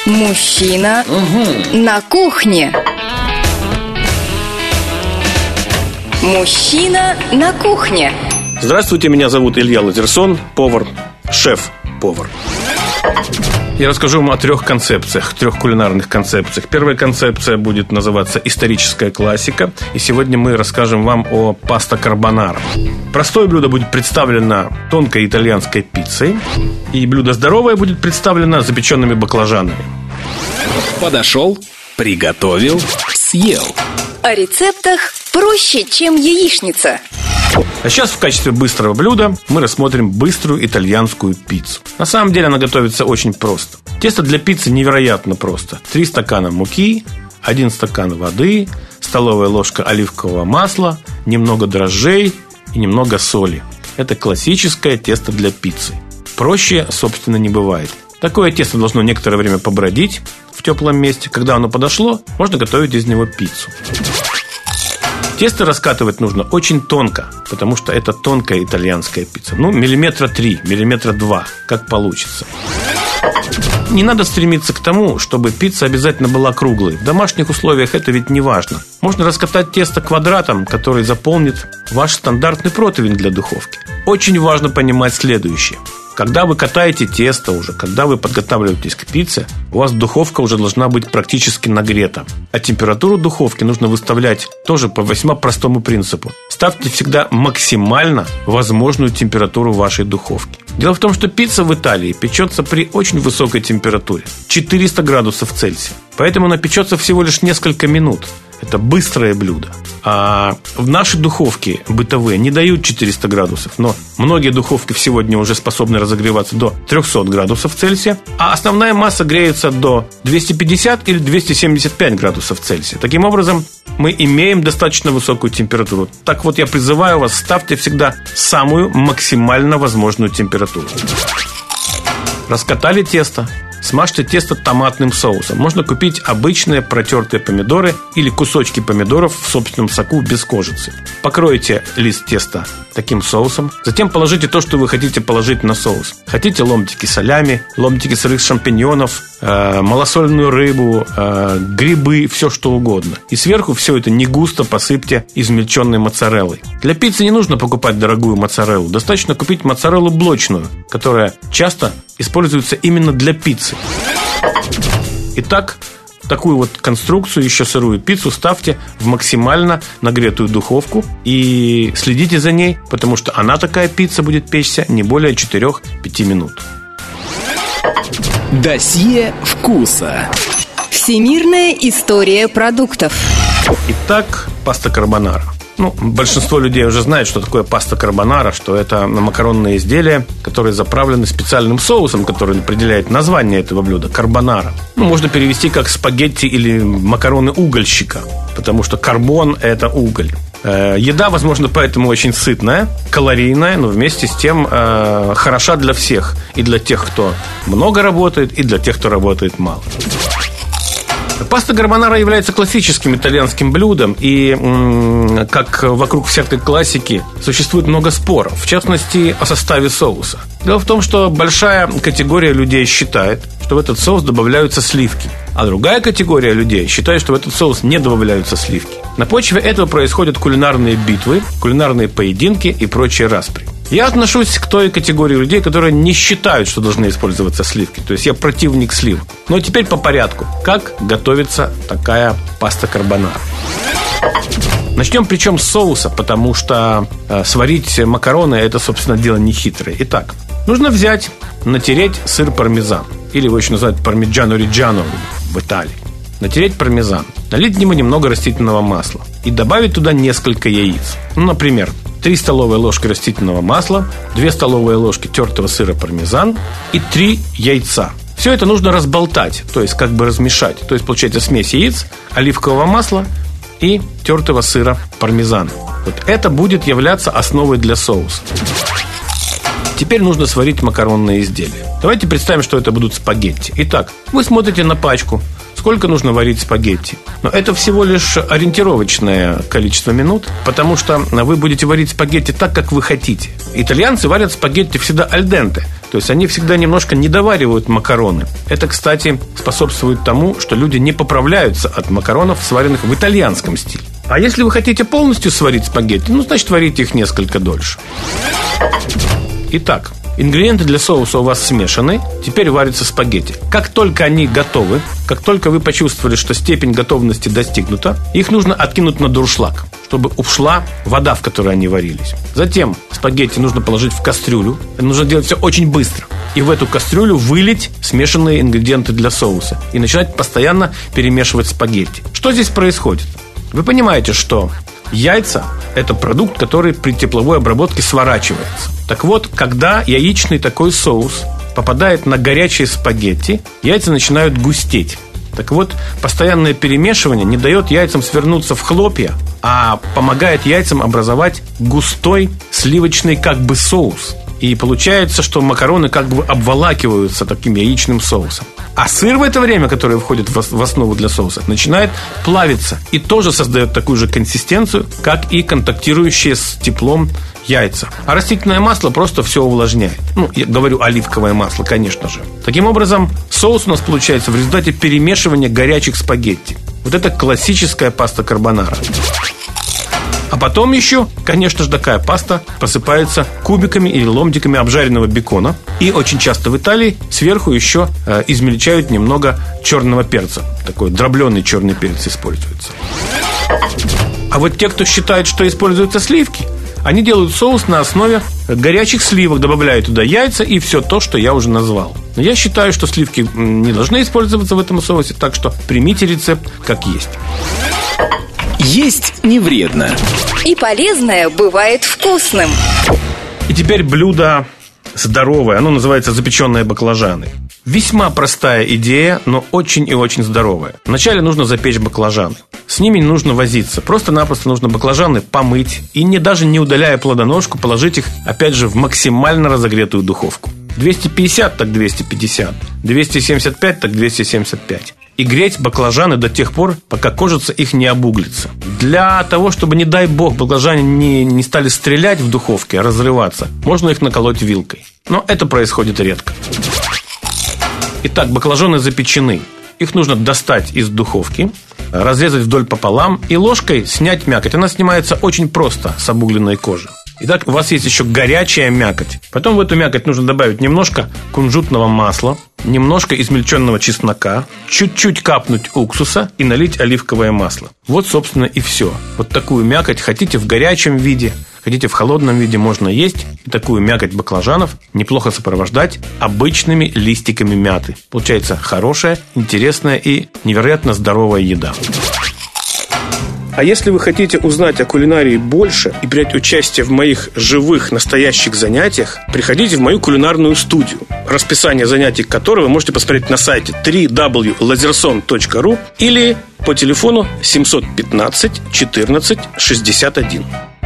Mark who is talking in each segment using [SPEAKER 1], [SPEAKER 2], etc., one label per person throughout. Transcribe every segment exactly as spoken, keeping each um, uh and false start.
[SPEAKER 1] Мужчина
[SPEAKER 2] угу.
[SPEAKER 1] на кухне. Мужчина на кухне.
[SPEAKER 2] Здравствуйте, меня зовут Илья Лазерсон, повар, шеф-повар. Я расскажу вам о трех концепциях, трех кулинарных концепциях. Первая концепция будет называться «Историческая классика». И сегодня мы расскажем вам о паста карбонара. Простое блюдо будет представлено тонкой итальянской пиццей. И блюдо здоровое будет представлено запеченными баклажанами.
[SPEAKER 3] Подошел, приготовил, съел.
[SPEAKER 1] О рецептах проще, чем яичница.
[SPEAKER 2] А сейчас в качестве быстрого блюда мы рассмотрим быструю итальянскую пиццу. На самом деле она готовится очень просто. Тесто для пиццы невероятно просто. Три стакана муки, один стакан воды, столовая ложка оливкового масла, немного дрожжей и немного соли. Это классическое тесто для пиццы. Проще, собственно, не бывает. Такое тесто должно некоторое время побродить в теплом месте. Когда оно подошло, можно готовить из него пиццу. Тесто раскатывать нужно очень тонко, потому что это тонкая итальянская пицца. Ну, миллиметра три, миллиметра два, как получится. Не надо стремиться к тому, чтобы пицца обязательно была круглой. В домашних условиях это ведь не важно. Можно раскатать тесто квадратом, который заполнит ваш стандартный противень для духовки. Очень важно понимать следующее. Когда вы катаете тесто уже, когда вы подготавливаетесь к пицце, у вас духовка уже должна быть практически нагрета. А температуру духовки нужно выставлять тоже по весьма простому принципу. Ставьте всегда максимально возможную температуру вашей духовки. Дело в том, что пицца в Италии печется при очень высокой температуре – четыреста градусов Цельсия. Поэтому она печется всего лишь несколько минут. Это быстрое блюдо. А в нашей духовке бытовые не дают четыреста градусов, но многие духовки сегодня уже способны разогреваться до триста градусов Цельсия, а основная масса греется до двухсот пятидесяти или двухсот семидесяти пяти градусов Цельсия. Таким образом, мы имеем достаточно высокую температуру. Так вот, я призываю вас, ставьте всегда самую максимально возможную температуру. Раскатали тесто. Смажьте тесто томатным соусом. Можно купить обычные протертые помидоры или кусочки помидоров в собственном соку без кожицы. Покройте лист теста таким соусом. Затем положите то, что вы хотите положить на соус. Хотите ломтики салями, ломтики сырых шампиньонов, э, малосольную рыбу, э, грибы, все что угодно. И сверху все это не густо посыпьте измельченной моцареллой. Для пиццы не нужно покупать дорогую моцареллу. Достаточно купить моцареллу блочную, которая часто используется именно для пиццы. Итак, такую вот конструкцию, еще сырую пиццу, ставьте в максимально нагретую духовку и следите за ней, потому что она, такая пицца, будет печься не более четырех-пяти минут.
[SPEAKER 3] Досье вкуса.
[SPEAKER 1] Всемирная история продуктов.
[SPEAKER 2] Итак, паста карбонара. Ну, большинство людей уже знает, что такое паста карбонара, что это макаронные изделия, которые заправлены специальным соусом, который определяет название этого блюда – карбонара. Ну, можно перевести как спагетти или макароны угольщика, потому что карбон – это уголь. Э, еда, возможно, поэтому очень сытная, калорийная, но вместе с тем э, хороша для всех. И для тех, кто много работает, и для тех, кто работает мало. Паста карбонара является классическим итальянским блюдом, и, м- как вокруг всякой классики, существует много споров, в частности, о составе соуса. Дело в том, что большая категория людей считает, что в этот соус добавляются сливки, а другая категория людей считает, что в этот соус не добавляются сливки. На почве этого происходят кулинарные битвы, кулинарные поединки и прочие распри. Я отношусь к той категории людей, которые не считают, что должны использоваться сливки. То есть я противник слив. Но теперь по порядку. Как готовится такая паста карбонара? Начнем причем с соуса, потому что э, сварить макароны – это, собственно, дело не хитрое. Итак, нужно взять, натереть сыр пармезан. Или его еще называют пармиджано-риджано в Италии. Натереть пармезан, налить в него немного растительного масла и добавить туда несколько яиц. Ну, например, три столовые ложки растительного масла, две столовые ложки тертого сыра пармезан и три яйца. Все это нужно разболтать, то есть как бы размешать. То есть получается смесь яиц, оливкового масла и тертого сыра пармезан. Вот это будет являться основой для соуса. Теперь нужно сварить макаронные изделия. Давайте представим, что это будут спагетти. Итак, вы смотрите на пачку. сколько нужно варить спагетти. Но это всего лишь ориентировочное количество минут, потому что вы будете варить спагетти так, как вы хотите. Итальянцы варят спагетти всегда аль денте, то есть они всегда немножко недоваривают макароны. Это, кстати, способствует тому, что люди не поправляются от макаронов, сваренных в итальянском стиле. А если вы хотите полностью сварить спагетти, ну, значит, варите их несколько дольше. Итак, ингредиенты для соуса у вас смешаны. Теперь варятся спагетти. Как только они готовы, как только вы почувствовали, что степень готовности достигнута, их нужно откинуть на дуршлаг, чтобы ушла вода, в которой они варились. Затем спагетти нужно положить в кастрюлю. Это нужно делать все очень быстро. И в эту кастрюлю вылить смешанные ингредиенты для соуса и начинать постоянно перемешивать спагетти. Что здесь происходит? Вы понимаете, что яйца – это продукт, который при тепловой обработке сворачивается. Так вот, когда яичный такой соус попадает на горячие спагетти, яйца начинают густеть. Так вот, постоянное перемешивание не дает яйцам свернуться в хлопья, а помогает яйцам образовать густой сливочный как бы соус. И получается, что макароны как бы обволакиваются таким яичным соусом. А сыр в это время, который входит в основу для соуса, начинает плавиться и тоже создает такую же консистенцию, как и контактирующие с теплом яйца. А растительное масло просто все увлажняет. Ну, я говорю оливковое масло, конечно же. Таким образом, соус у нас получается в результате перемешивания горячих спагетти. Вот это классическая паста карбонара. А потом еще, конечно же, такая паста посыпается кубиками или ломтиками обжаренного бекона. И очень часто в Италии сверху еще э, измельчают немного черного перца. Такой дробленый черный перец используется. А вот те, кто считает, что используются сливки, они делают соус на основе горячих сливок, добавляют туда яйца и все то, что я уже назвал. Но я считаю, что сливки не должны использоваться в этом соусе, так что примите рецепт как есть.
[SPEAKER 3] Есть не вредно.
[SPEAKER 1] И полезное бывает вкусным.
[SPEAKER 2] И теперь блюдо здоровое. Оно называется запеченные баклажаны. Весьма простая идея, но очень и очень здоровая. Вначале нужно запечь баклажаны. С ними не нужно возиться. Просто-напросто нужно баклажаны помыть и, не, даже не удаляя плодоножку, положить их, опять же, в максимально разогретую духовку. двести пятьдесят так двести пятьдесят, двести семьдесят пять так двести семьдесят пять. И греть баклажаны до тех пор, пока кожица их не обуглится. Для того, чтобы, не дай бог, баклажаны не, не стали стрелять в духовке, а разрываться, можно их наколоть вилкой. Но это происходит редко. Итак, баклажаны запечены. Их нужно достать из духовки, разрезать вдоль пополам и ложкой снять мякоть. Она снимается очень просто с обугленной кожи. Итак, у вас есть еще горячая мякоть. Потом в эту мякоть нужно добавить немножко кунжутного масла, немножко измельченного чеснока, чуть-чуть капнуть уксуса и налить оливковое масло. Вот, собственно, и все. Вот такую мякоть хотите в горячем виде, хотите в холодном виде, можно есть. И такую мякоть баклажанов неплохо сопровождать обычными листиками мяты. Получается хорошая, интересная и невероятно здоровая еда. А если вы хотите узнать о кулинарии больше и принять участие в моих живых, настоящих занятиях, приходите в мою кулинарную студию, расписание занятий которой вы можете посмотреть на сайте три дабл ю точка лазерсон точка ру или по телефону семьсот пятнадцать четырнадцать шестьдесят один.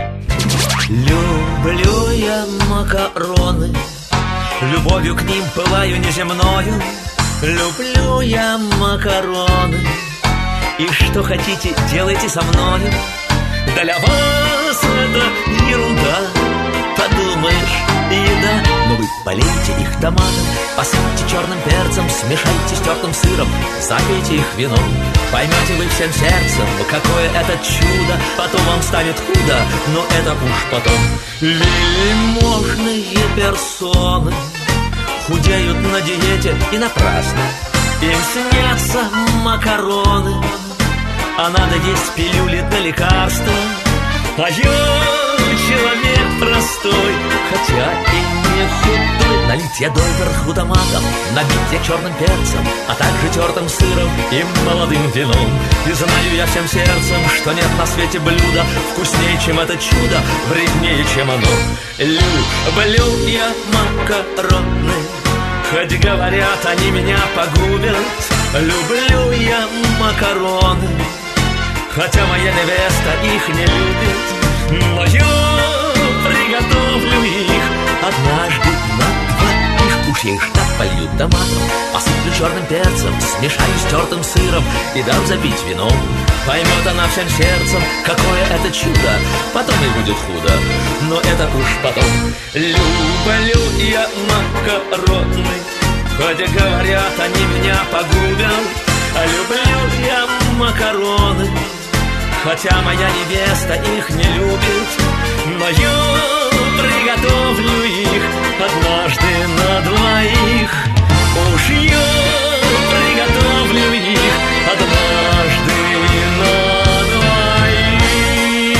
[SPEAKER 4] Люблю я макароны, любовью к ним пылаю неземною. Люблю я макароны, и что хотите, делайте со мною. Для вас это ерунда, подумаешь, еда. Но вы полейте их томатом, посыпьте черным перцем, смешайте с тертым сыром, запейте их вином. Поймете вы всем сердцем, какое это чудо. Потом вам станет худо, но это уж потом. Вельможные персоны худеют на диете и напрасно. Им снятся макароны, а надо есть пилюли до лекарства. А я человек простой, хотя и не худой. Налить я доверху томатом, набить я черным перцем, а также тертым сыром и молодым вином. И знаю я всем сердцем, что нет на свете блюда вкуснее, чем это чудо, вреднее, чем оно. Люблю я макароны, хоть говорят, они меня погубят. Люблю я макароны, хотя моя невеста их не любит. Но я приготовлю их однажды на двоих. Уж уж я их полью томатом, посыплю черным перцем, смешаю с тертым сыром и дам запить вином. Поймет она всем сердцем, какое это чудо, потом и будет худо, но это уж потом. Люблю я макароны, хотя говорят, они меня погубят. Люблю я макароны, хотя моя невеста их не любит. Но я приготовлю их однажды на двоих. Уж я приготовлю их однажды на двоих.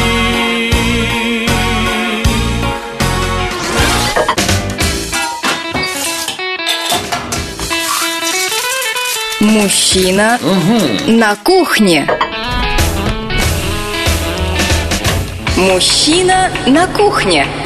[SPEAKER 1] Мужчина угу. на кухне. Мужчина на кухне.